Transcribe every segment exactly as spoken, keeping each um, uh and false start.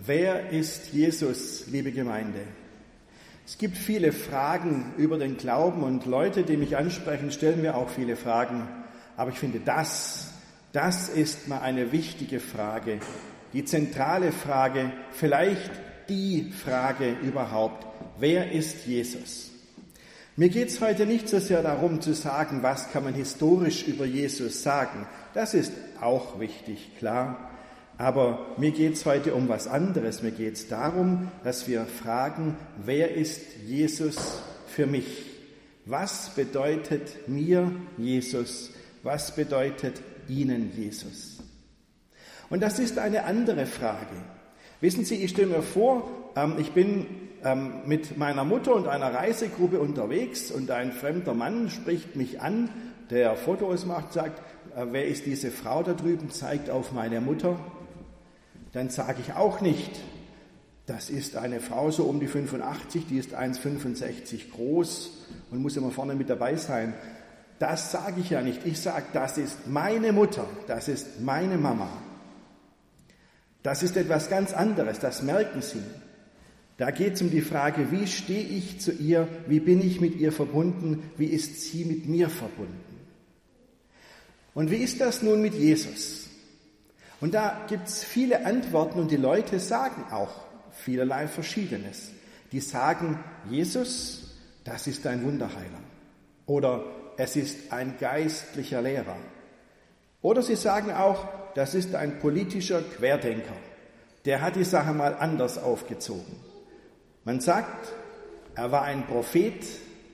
Wer ist Jesus, liebe Gemeinde? Es gibt viele Fragen über den Glauben und Leute, die mich ansprechen, stellen mir auch viele Fragen. Aber ich finde, das, das ist mal eine wichtige Frage, die zentrale Frage, vielleicht die Frage überhaupt. Wer ist Jesus? Mir geht es heute nicht so sehr darum zu sagen, was kann man historisch über Jesus sagen. Das ist auch wichtig, klar. Aber mir geht es heute um was anderes. Mir geht es darum, dass wir fragen, wer ist Jesus für mich? Was bedeutet mir Jesus? Was bedeutet Ihnen Jesus? Und das ist eine andere Frage. Wissen Sie, ich stelle mir vor, ich bin mit meiner Mutter und einer Reisegruppe unterwegs und ein fremder Mann spricht mich an, der Fotos macht, sagt, wer ist diese Frau da drüben, zeigt auf meine Mutter. Dann sage ich auch nicht, das ist eine Frau so um die fünfundachtzig, die ist eins Komma fünfundsechzig groß und muss immer vorne mit dabei sein. Das sage ich ja nicht. Ich sage, das ist meine Mutter, das ist meine Mama. Das ist etwas ganz anderes, das merken Sie. Da geht es um die Frage, wie stehe ich zu ihr, wie bin ich mit ihr verbunden, wie ist sie mit mir verbunden. Und wie ist das nun mit Jesus? Und da gibt es viele Antworten und die Leute sagen auch vielerlei Verschiedenes. Die sagen, Jesus, das ist ein Wunderheiler. Oder es ist ein geistlicher Lehrer. Oder sie sagen auch, das ist ein politischer Querdenker. Der hat die Sache mal anders aufgezogen. Man sagt, er war ein Prophet.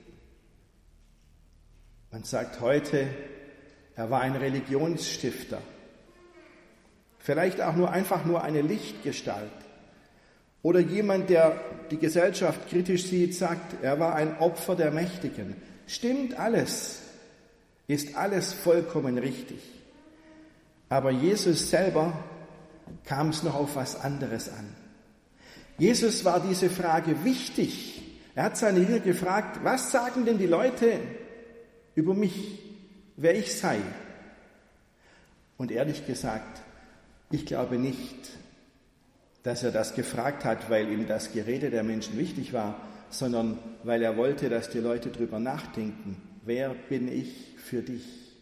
Man sagt heute, er war ein Religionsstifter. Vielleicht auch nur einfach nur eine Lichtgestalt. Oder jemand, der die Gesellschaft kritisch sieht, sagt, er war ein Opfer der Mächtigen. Stimmt alles, ist alles vollkommen richtig. Aber Jesus selber kam es noch auf was anderes an. Jesus war diese Frage wichtig. Er hat seine Jünger gefragt, was sagen denn die Leute über mich, wer ich sei? Und ehrlich gesagt, ich glaube nicht, dass er das gefragt hat, weil ihm das Gerede der Menschen wichtig war, sondern weil er wollte, dass die Leute drüber nachdenken. Wer bin ich für dich?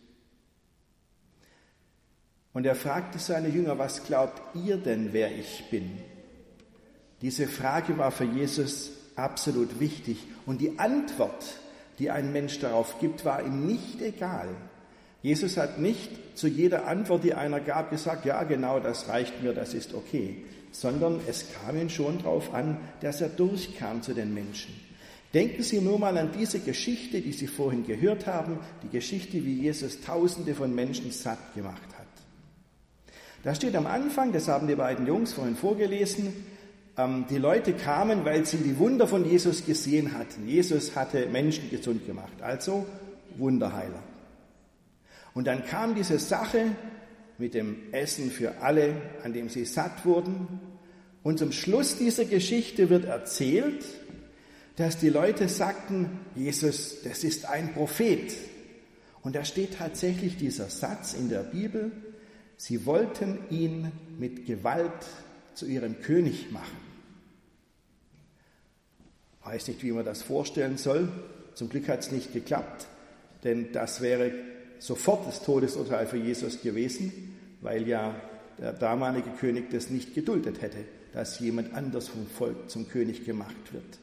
Und er fragte seine Jünger, was glaubt ihr denn, wer ich bin? Diese Frage war für Jesus absolut wichtig. Und die Antwort, die ein Mensch darauf gibt, war ihm nicht egal. Jesus hat nicht zu jeder Antwort, die einer gab, gesagt, ja genau, das reicht mir, das ist okay, sondern es kam ihm schon darauf an, dass er durchkam zu den Menschen. Denken Sie nur mal an diese Geschichte, die Sie vorhin gehört haben, die Geschichte, wie Jesus Tausende von Menschen satt gemacht hat. Da steht am Anfang, das haben die beiden Jungs vorhin vorgelesen, die Leute kamen, weil sie die Wunder von Jesus gesehen hatten. Jesus hatte Menschen gesund gemacht, also Wunderheiler. Und dann kam diese Sache mit dem Essen für alle, an dem sie satt wurden. Und zum Schluss dieser Geschichte wird erzählt, dass die Leute sagten, Jesus, das ist ein Prophet. Und da steht tatsächlich dieser Satz in der Bibel, sie wollten ihn mit Gewalt zu ihrem König machen. Ich weiß nicht, wie man das vorstellen soll. Zum Glück hat es nicht geklappt, denn das wäre sofort das Todesurteil für Jesus gewesen, weil ja der damalige König das nicht geduldet hätte, dass jemand anders vom Volk zum König gemacht wird.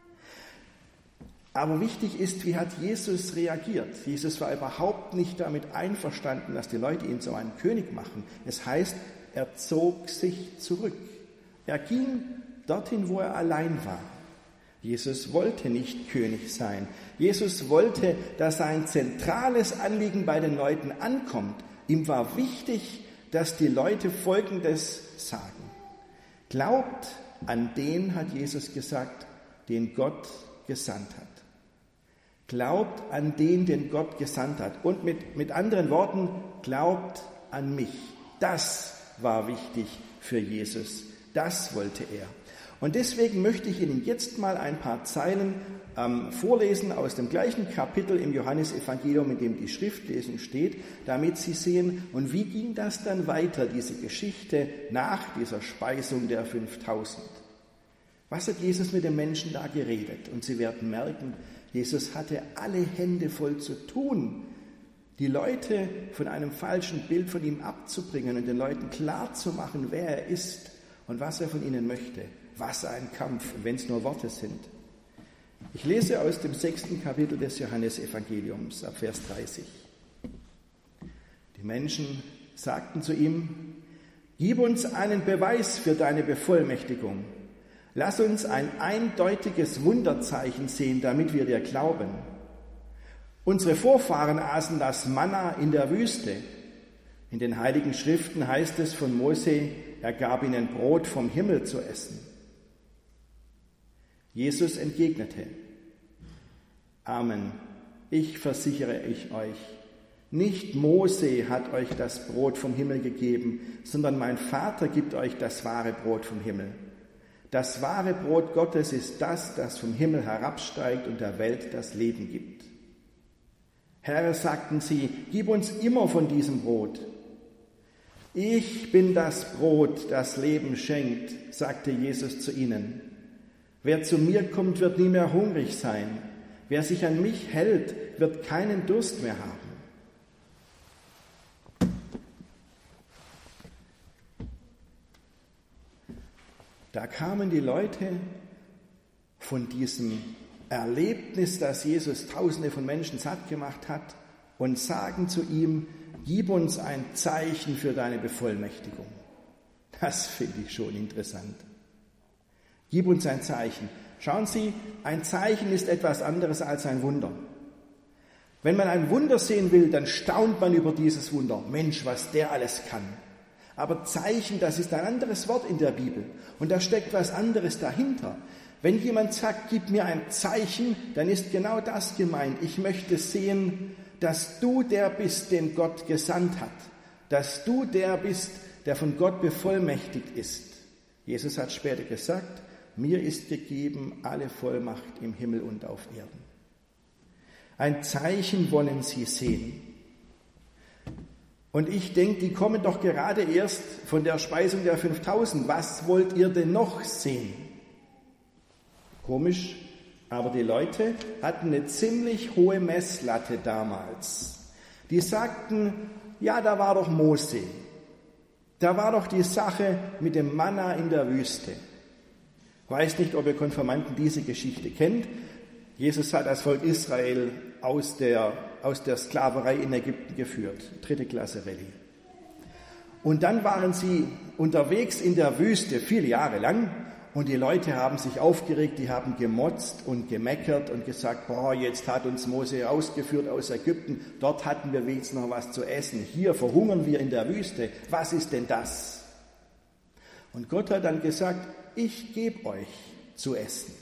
Aber wichtig ist, wie hat Jesus reagiert? Jesus war überhaupt nicht damit einverstanden, dass die Leute ihn zu einem König machen. Es heißt, er zog sich zurück. Er ging dorthin, wo er allein war. Jesus wollte nicht König sein. Jesus wollte, dass ein zentrales Anliegen bei den Leuten ankommt. Ihm war wichtig, dass die Leute Folgendes sagen. Glaubt an den, hat Jesus gesagt, den Gott gesandt hat. Glaubt an den, den Gott gesandt hat. Und mit, mit anderen Worten, glaubt an mich. Das war wichtig für Jesus. Das wollte er. Und deswegen möchte ich Ihnen jetzt mal ein paar Zeilen ähm, vorlesen aus dem gleichen Kapitel im Johannesevangelium, in dem die Schriftlesung steht, damit Sie sehen, und wie ging das dann weiter, diese Geschichte nach dieser Speisung der fünftausend. Was hat Jesus mit den Menschen da geredet? Und Sie werden merken, Jesus hatte alle Hände voll zu tun, die Leute von einem falschen Bild von ihm abzubringen und den Leuten klarzumachen, wer er ist und was er von ihnen möchte. Was ein Kampf, wenn es nur Worte sind. Ich lese aus dem sechsten Kapitel des Johannesevangeliums ab Vers dreißig. Die Menschen sagten zu ihm: Gib uns einen Beweis für deine Bevollmächtigung. Lass uns ein eindeutiges Wunderzeichen sehen, damit wir dir glauben. Unsere Vorfahren aßen das Manna in der Wüste. In den Heiligen Schriften heißt es von Mose, er gab ihnen Brot vom Himmel zu essen. Jesus entgegnete: Amen, ich versichere ich euch, nicht Mose hat euch das Brot vom Himmel gegeben, sondern mein Vater gibt euch das wahre Brot vom Himmel. Das wahre Brot Gottes ist das, das vom Himmel herabsteigt und der Welt das Leben gibt. Herr, sagten sie, gib uns immer von diesem Brot. Ich bin das Brot, das Leben schenkt, sagte Jesus zu ihnen. Wer zu mir kommt, wird nie mehr hungrig sein. Wer sich an mich hält, wird keinen Durst mehr haben. Da kamen die Leute von diesem Erlebnis, das Jesus Tausende von Menschen satt gemacht hat, und sagen zu ihm: Gib uns ein Zeichen für deine Bevollmächtigung. Das finde ich schon interessant. Gib uns ein Zeichen. Schauen Sie, ein Zeichen ist etwas anderes als ein Wunder. Wenn man ein Wunder sehen will, dann staunt man über dieses Wunder. Mensch, was der alles kann. Aber Zeichen, das ist ein anderes Wort in der Bibel. Und da steckt was anderes dahinter. Wenn jemand sagt, gib mir ein Zeichen, dann ist genau das gemeint. Ich möchte sehen, dass du der bist, den Gott gesandt hat. Dass du der bist, der von Gott bevollmächtigt ist. Jesus hat später gesagt, mir ist gegeben alle Vollmacht im Himmel und auf Erden. Ein Zeichen wollen sie sehen. Und ich denke, die kommen doch gerade erst von der Speisung der fünftausend. Was wollt ihr denn noch sehen? Komisch, aber die Leute hatten eine ziemlich hohe Messlatte damals. Die sagten, ja, da war doch Mose. Da war doch die Sache mit dem Manna in der Wüste. Weiß nicht, ob ihr Konfirmanden diese Geschichte kennt. Jesus hat das Volk Israel aus der, aus der Sklaverei in Ägypten geführt. Dritte Klasse Rallye. Und dann waren sie unterwegs in der Wüste viele Jahre lang und die Leute haben sich aufgeregt, die haben gemotzt und gemeckert und gesagt, boah, jetzt hat uns Mose ausgeführt aus Ägypten, dort hatten wir wenigstens noch was zu essen, hier verhungern wir in der Wüste, was ist denn das? Und Gott hat dann gesagt, ich gebe euch zu essen.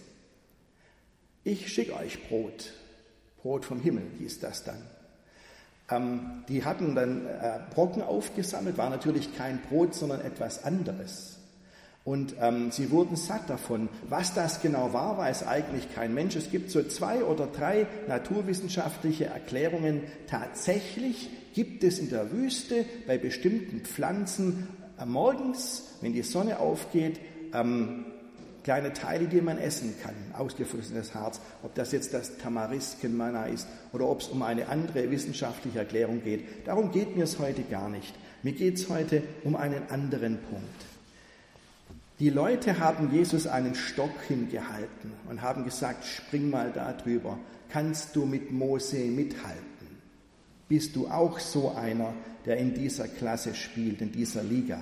Ich schicke euch Brot. Brot vom Himmel hieß das dann. Ähm, die hatten dann äh, Brocken aufgesammelt, war natürlich kein Brot, sondern etwas anderes. Und ähm, sie wurden satt davon. Was das genau war, weiß eigentlich kein Mensch. Es gibt so zwei oder drei naturwissenschaftliche Erklärungen. Tatsächlich gibt es in der Wüste bei bestimmten Pflanzen äh, morgens, wenn die Sonne aufgeht, ähm, kleine Teile, die man essen kann, ausgefressenes Harz. Ob das jetzt das Tamariskenmanna ist oder ob es um eine andere wissenschaftliche Erklärung geht. Darum geht mir es heute gar nicht. Mir geht es heute um einen anderen Punkt. Die Leute haben Jesus einen Stock hingehalten und haben gesagt, spring mal da drüber. Kannst du mit Mose mithalten? Bist du auch so einer, der in dieser Klasse spielt, in dieser Liga?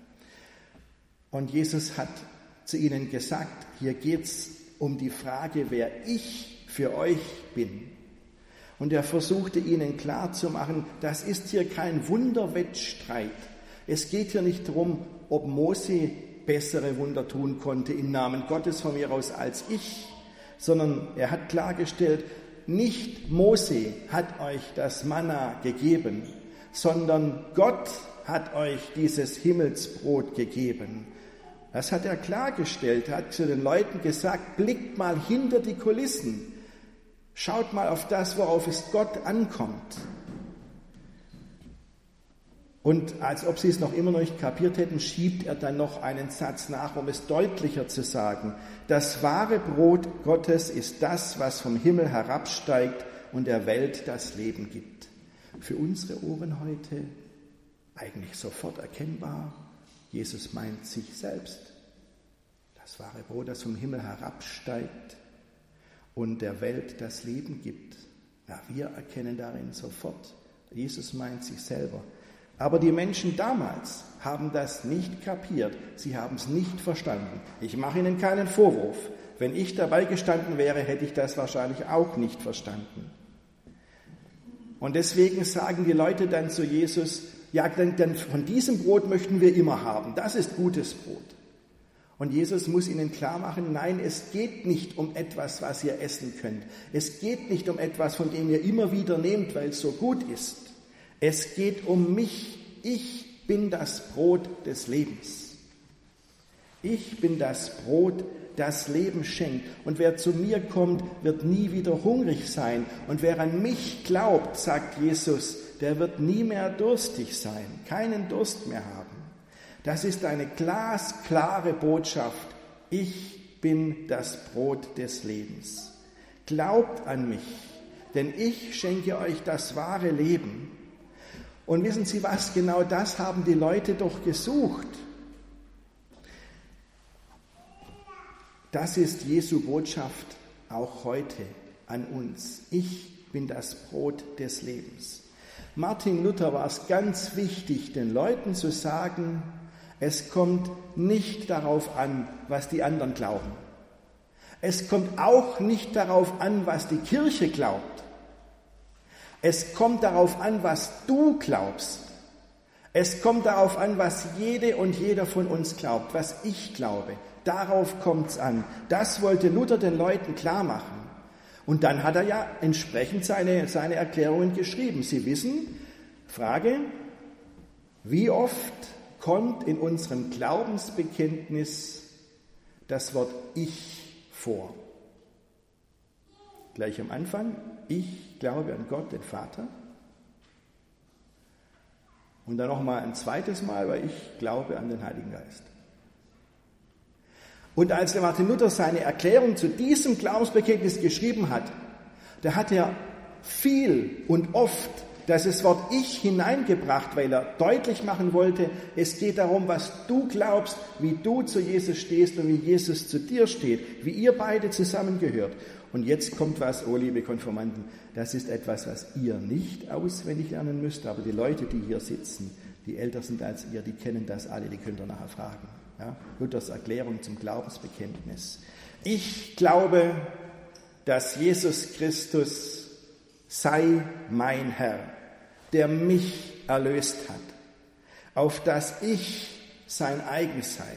Und Jesus hat zu ihnen gesagt, hier geht es um die Frage, wer ich für euch bin. Und er versuchte ihnen klarzumachen, das ist hier kein Wunderwettstreit. Es geht hier nicht darum, ob Mose bessere Wunder tun konnte im Namen Gottes von mir aus als ich, sondern er hat klargestellt, nicht Mose hat euch das Manna gegeben, sondern Gott hat euch dieses Himmelsbrot gegeben. Das hat er klargestellt, er hat zu den Leuten gesagt, blickt mal hinter die Kulissen, schaut mal auf das, worauf es Gott ankommt. Und als ob sie es noch immer noch nicht kapiert hätten, schiebt er dann noch einen Satz nach, um es deutlicher zu sagen. Das wahre Brot Gottes ist das, was vom Himmel herabsteigt und der Welt das Leben gibt. Für unsere Ohren heute eigentlich sofort erkennbar, Jesus meint sich selbst. Das wahre Brot, das vom Himmel herabsteigt und der Welt das Leben gibt. Ja, wir erkennen darin sofort, Jesus meint sich selber. Aber die Menschen damals haben das nicht kapiert, sie haben es nicht verstanden. Ich mache ihnen keinen Vorwurf. Wenn ich dabei gestanden wäre, hätte ich das wahrscheinlich auch nicht verstanden. Und deswegen sagen die Leute dann zu Jesus, ja, denn, denn von diesem Brot möchten wir immer haben, das ist gutes Brot. Und Jesus muss ihnen klar machen, nein, es geht nicht um etwas, was ihr essen könnt. Es geht nicht um etwas, von dem ihr immer wieder nehmt, weil es so gut ist. Es geht um mich. Ich bin das Brot des Lebens. Ich bin das Brot, das Leben schenkt. Und wer zu mir kommt, wird nie wieder hungrig sein. Und wer an mich glaubt, sagt Jesus, der wird nie mehr durstig sein, keinen Durst mehr haben. Das ist eine glasklare Botschaft. Ich bin das Brot des Lebens. Glaubt an mich, denn ich schenke euch das wahre Leben. Und wissen Sie was, genau das haben die Leute doch gesucht. Das ist Jesu Botschaft auch heute an uns. Ich bin das Brot des Lebens. Martin Luther war es ganz wichtig, den Leuten zu sagen, es kommt nicht darauf an, was die anderen glauben. Es kommt auch nicht darauf an, was die Kirche glaubt. Es kommt darauf an, was du glaubst. Es kommt darauf an, was jede und jeder von uns glaubt, was ich glaube. Darauf kommt es an. Das wollte Luther den Leuten klar machen. Und dann hat er ja entsprechend seine, seine Erklärungen geschrieben. Sie wissen, Frage, wie oft kommt in unserem Glaubensbekenntnis das Wort Ich vor? Gleich am Anfang, ich glaube an Gott, den Vater. Und dann nochmal ein zweites Mal, weil ich glaube an den Heiligen Geist. Und als der Martin Luther seine Erklärung zu diesem Glaubensbekenntnis geschrieben hat, da hat er viel und oft das Wort Ich hineingebracht, weil er deutlich machen wollte, es geht darum, was du glaubst, wie du zu Jesus stehst und wie Jesus zu dir steht, wie ihr beide zusammengehört. Und jetzt kommt was, oh liebe Konformanten, das ist etwas, was ihr nicht auswendig lernen müsst, aber die Leute, die hier sitzen, die älter sind als ihr, die kennen das alle, die könnt ihr nachher fragen. Ja? Luthers Erklärung zum Glaubensbekenntnis. Ich glaube, dass Jesus Christus sei mein Herr, der mich erlöst hat, auf dass ich sein eigen sei.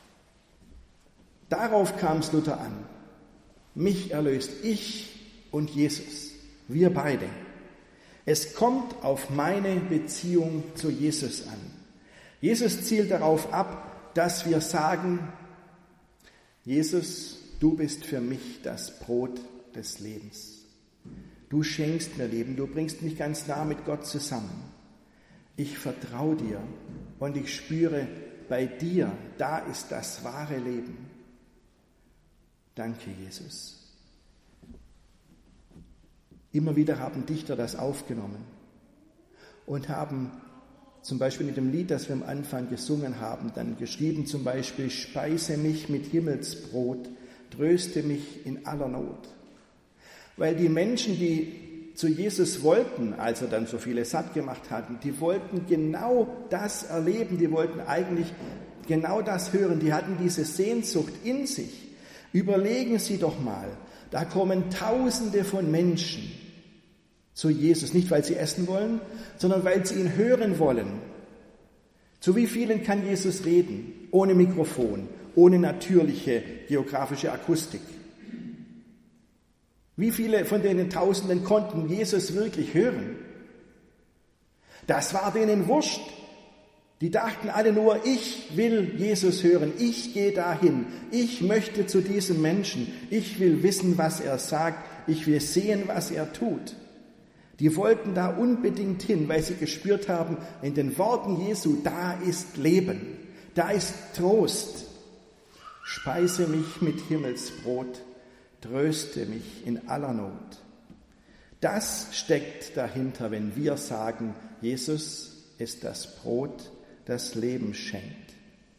Darauf kam es Luther an. Mich erlöst, ich und Jesus, wir beide. Es kommt auf meine Beziehung zu Jesus an. Jesus zielt darauf ab, dass wir sagen, Jesus, du bist für mich das Brot des Lebens. Du schenkst mir Leben, du bringst mich ganz nah mit Gott zusammen. Ich vertraue dir und ich spüre, bei dir, da ist das wahre Leben. Danke, Jesus. Immer wieder haben Dichter das aufgenommen und haben zum Beispiel mit dem Lied, das wir am Anfang gesungen haben, dann geschrieben zum Beispiel, speise mich mit Himmelsbrot, tröste mich in aller Not. Weil die Menschen, die zu Jesus wollten, als er dann so viele satt gemacht hatten, die wollten genau das erleben, die wollten eigentlich genau das hören, die hatten diese Sehnsucht in sich. Überlegen Sie doch mal, da kommen Tausende von Menschen zu Jesus, nicht weil sie essen wollen, sondern weil sie ihn hören wollen. Zu wie vielen kann Jesus reden? Ohne Mikrofon, ohne natürliche geografische Akustik. Wie viele von den Tausenden konnten Jesus wirklich hören? Das war denen wurscht. Die dachten alle nur, ich will Jesus hören, ich gehe dahin, ich möchte zu diesem Menschen, ich will wissen, was er sagt, ich will sehen, was er tut. Die wollten da unbedingt hin, weil sie gespürt haben, in den Worten Jesu, da ist Leben, da ist Trost. Speise mich mit Himmelsbrot, tröste mich in aller Not. Das steckt dahinter, wenn wir sagen, Jesus ist das Brot, das Leben schenkt.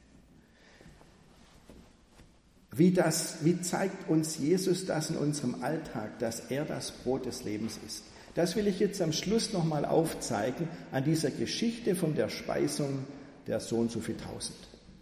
Wie, das, wie zeigt uns Jesus das in unserem Alltag, dass er das Brot des Lebens ist? Das will ich jetzt am Schluss nochmal aufzeigen an dieser Geschichte von der Speisung der so und so viel Tausend.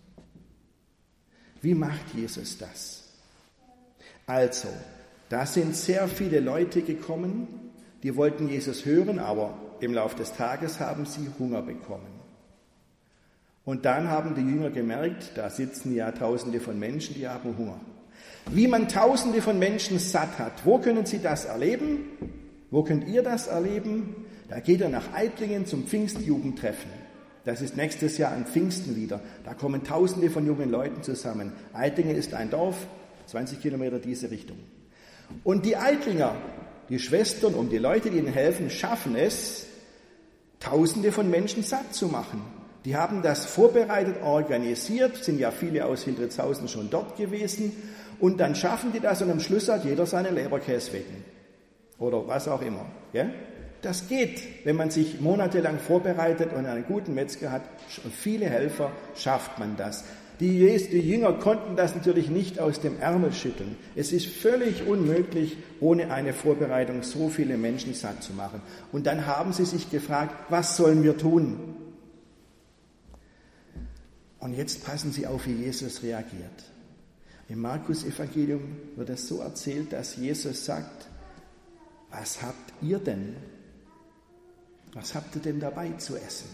Wie macht Jesus das? Also, da sind sehr viele Leute gekommen, die wollten Jesus hören, aber im Laufe des Tages haben sie Hunger bekommen. Und dann haben die Jünger gemerkt, da sitzen ja Tausende von Menschen, die haben Hunger. Wie man Tausende von Menschen satt hat, wo können Sie das erleben? Wo könnt ihr das erleben? Da geht er nach Eitlingen zum Pfingstjugendtreffen. Das ist nächstes Jahr an Pfingsten wieder. Da kommen Tausende von jungen Leuten zusammen. Eitlingen ist ein Dorf, zwanzig Kilometer diese Richtung. Und die Eitlinger, die Schwestern und die Leute, die ihnen helfen, schaffen es, Tausende von Menschen satt zu machen. Die haben das vorbereitet, organisiert, sind ja viele aus Hildritzhausen schon dort gewesen. Und dann schaffen die das und am Schluss hat jeder seine Leberkäse weg. Oder was auch immer. Ja? Das geht, wenn man sich monatelang vorbereitet und einen guten Metzger hat und viele Helfer, schafft man das. Die, die Jünger konnten das natürlich nicht aus dem Ärmel schütteln. Es ist völlig unmöglich, ohne eine Vorbereitung so viele Menschen satt zu machen. Und dann haben sie sich gefragt, was sollen wir tun? Und jetzt passen Sie auf, wie Jesus reagiert. Im Markus-Evangelium wird es so erzählt, dass Jesus sagt, was habt ihr denn? Was habt ihr denn dabei zu essen?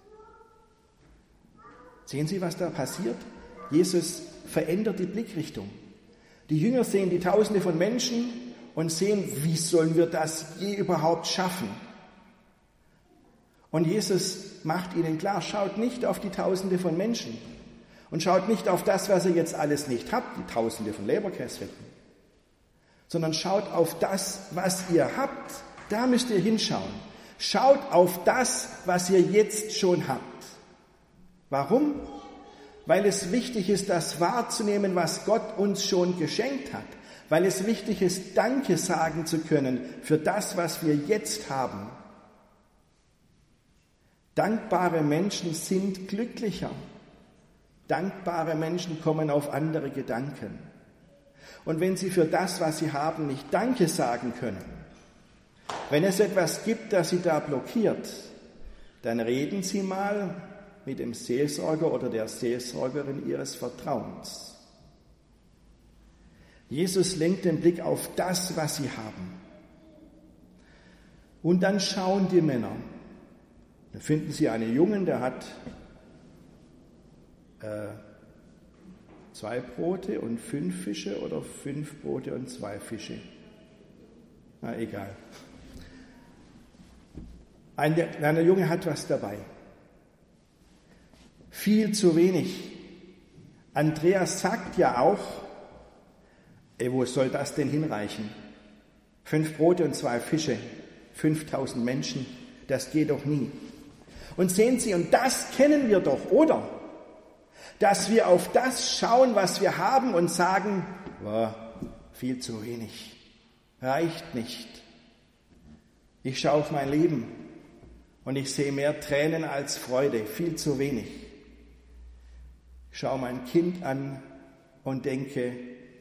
Sehen Sie, was da passiert? Jesus verändert die Blickrichtung. Die Jünger sehen die Tausende von Menschen und sehen, wie sollen wir das je überhaupt schaffen? Und Jesus macht ihnen klar, schaut nicht auf die Tausende von Menschen und schaut nicht auf das, was ihr jetzt alles nicht habt, die Tausende von Leberkäsrecken, sondern schaut auf das, was ihr habt. Da müsst ihr hinschauen. Schaut auf das, was ihr jetzt schon habt. Warum? Weil es wichtig ist, das wahrzunehmen, was Gott uns schon geschenkt hat. Weil es wichtig ist, Danke sagen zu können für das, was wir jetzt haben. Dankbare Menschen sind glücklicher. Dankbare Menschen kommen auf andere Gedanken. Und wenn sie für das, was sie haben, nicht Danke sagen können, wenn es etwas gibt, das sie da blockiert, dann reden sie mal mit dem Seelsorger oder der Seelsorgerin ihres Vertrauens. Jesus lenkt den Blick auf das, was sie haben. Und dann schauen die Männer. Da finden sie einen Jungen, der hat äh, zwei Brote und fünf Fische oder fünf Brote und zwei Fische. Na, egal. Ein, ein Junge hat was dabei. Viel zu wenig. Andreas sagt ja auch, ey, wo soll das denn hinreichen? Fünf Brote und zwei Fische, fünftausend Menschen, das geht doch nie. Und sehen Sie, und das kennen wir doch, oder? Dass wir auf das schauen, was wir haben und sagen, oh, viel zu wenig, reicht nicht. Ich schaue auf mein Leben und ich sehe mehr Tränen als Freude, viel zu wenig. Ich schaue mein Kind an und denke,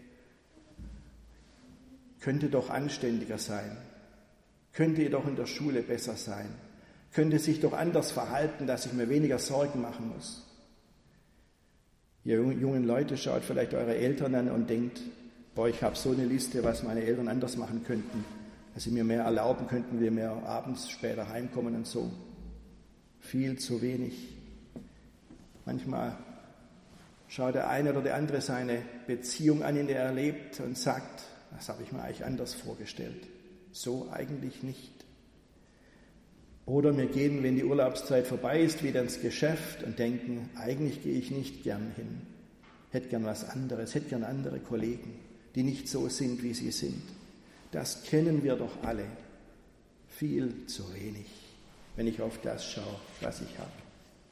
könnte doch anständiger sein, könnte jedoch in der Schule besser sein, könnte sich doch anders verhalten, dass ich mir weniger Sorgen machen muss. Ihr jungen Leute, schaut vielleicht eure Eltern an und denkt, boah, ich habe so eine Liste, was meine Eltern anders machen könnten, dass sie mir mehr erlauben könnten, wir mehr abends später heimkommen und so. Viel zu wenig. Manchmal schaut der eine oder der andere seine Beziehung an, in der er lebt und sagt, das habe ich mir eigentlich anders vorgestellt. So eigentlich nicht. Oder wir gehen, wenn die Urlaubszeit vorbei ist, wieder ins Geschäft und denken, eigentlich gehe ich nicht gern hin. Hätte gern was anderes, hätte gern andere Kollegen, die nicht so sind, wie sie sind. Das kennen wir doch alle. Viel zu wenig, wenn ich auf das schaue, was ich habe.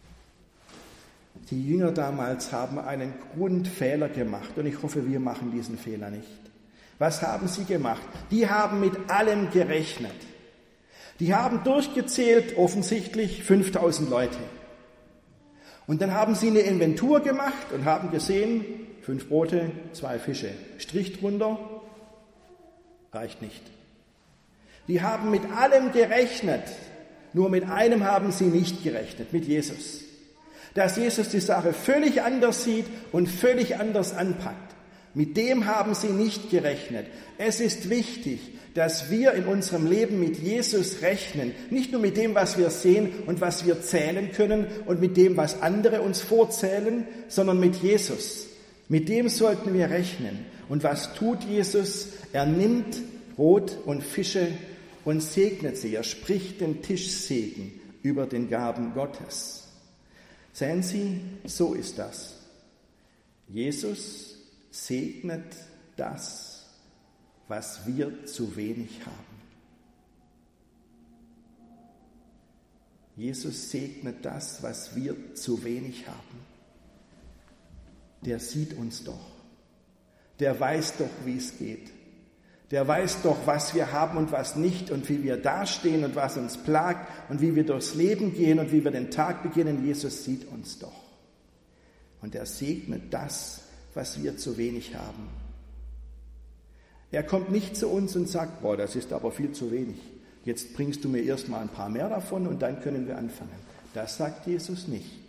Die Jünger damals haben einen Grundfehler gemacht und ich hoffe, wir machen diesen Fehler nicht. Was haben sie gemacht? Die haben mit allem gerechnet. Die haben durchgezählt, offensichtlich fünftausend Leute. Und dann haben sie eine Inventur gemacht und haben gesehen, fünf Brote, zwei Fische. Strich drunter, reicht nicht. Die haben mit allem gerechnet, nur mit einem haben sie nicht gerechnet, mit Jesus. Dass Jesus die Sache völlig anders sieht und völlig anders anpackt. Mit dem haben sie nicht gerechnet. Es ist wichtig, dass wir in unserem Leben mit Jesus rechnen. Nicht nur mit dem, was wir sehen und was wir zählen können und mit dem, was andere uns vorzählen, sondern mit Jesus. Mit dem sollten wir rechnen. Und was tut Jesus? Er nimmt Brot und Fische und segnet sie. Er spricht den Tischsegen über den Gaben Gottes. Sehen Sie, so ist das. Jesus segnet das, was wir zu wenig haben. Jesus segnet das, was wir zu wenig haben. Der sieht uns doch. Der weiß doch, wie es geht. Der weiß doch, was wir haben und was nicht und wie wir dastehen und was uns plagt und wie wir durchs Leben gehen und wie wir den Tag beginnen. Jesus sieht uns doch. Und er segnet das, was wir zu wenig haben. Er kommt nicht zu uns und sagt, boah, das ist aber viel zu wenig. Jetzt bringst du mir erst mal ein paar mehr davon und dann können wir anfangen. Das sagt Jesus nicht.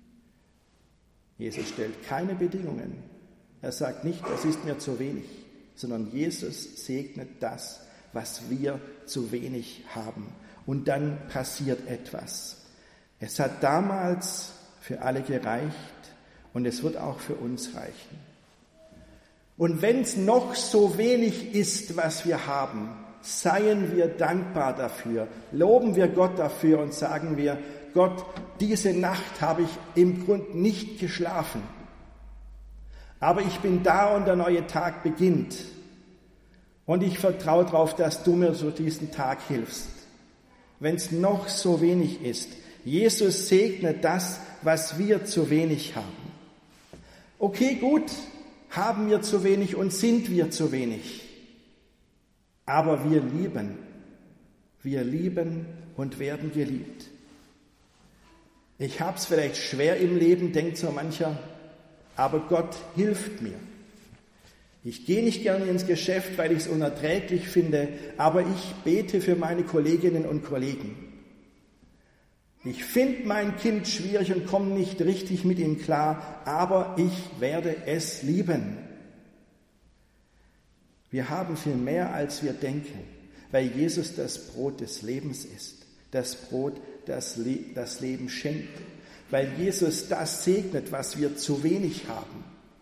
Jesus stellt keine Bedingungen. Er sagt nicht, das ist mir zu wenig, sondern Jesus segnet das, was wir zu wenig haben. Und dann passiert etwas. Es hat damals für alle gereicht und es wird auch für uns reichen. Und wenn es noch so wenig ist, was wir haben, seien wir dankbar dafür, loben wir Gott dafür und sagen wir, Gott, diese Nacht habe ich im Grund nicht geschlafen, aber ich bin da und der neue Tag beginnt. Und ich vertraue darauf, dass du mir so diesen Tag hilfst. Wenn es noch so wenig ist, Jesus segnet das, was wir zu wenig haben. Okay, gut, haben wir zu wenig und sind wir zu wenig. Aber wir lieben. Wir lieben und werden geliebt. Ich habe es vielleicht schwer im Leben, denkt so mancher, aber Gott hilft mir. Ich gehe nicht gerne ins Geschäft, weil ich es unerträglich finde, aber ich bete für meine Kolleginnen und Kollegen. Ich finde mein Kind schwierig und komme nicht richtig mit ihm klar, aber ich werde es lieben. Wir haben viel mehr, als wir denken, weil Jesus das Brot des Lebens ist, das Brot, das Le- das Leben schenkt, weil Jesus das segnet, was wir zu wenig haben.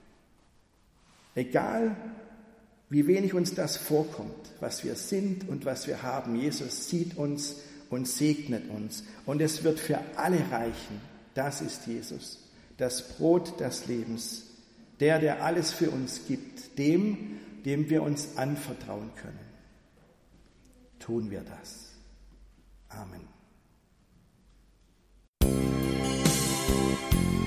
Egal, wie wenig uns das vorkommt, was wir sind und was wir haben, Jesus sieht uns und segnet uns. Und es wird für alle reichen. Das ist Jesus, das Brot des Lebens, der, der alles für uns gibt, dem, dem wir uns anvertrauen können. Tun wir das. Amen.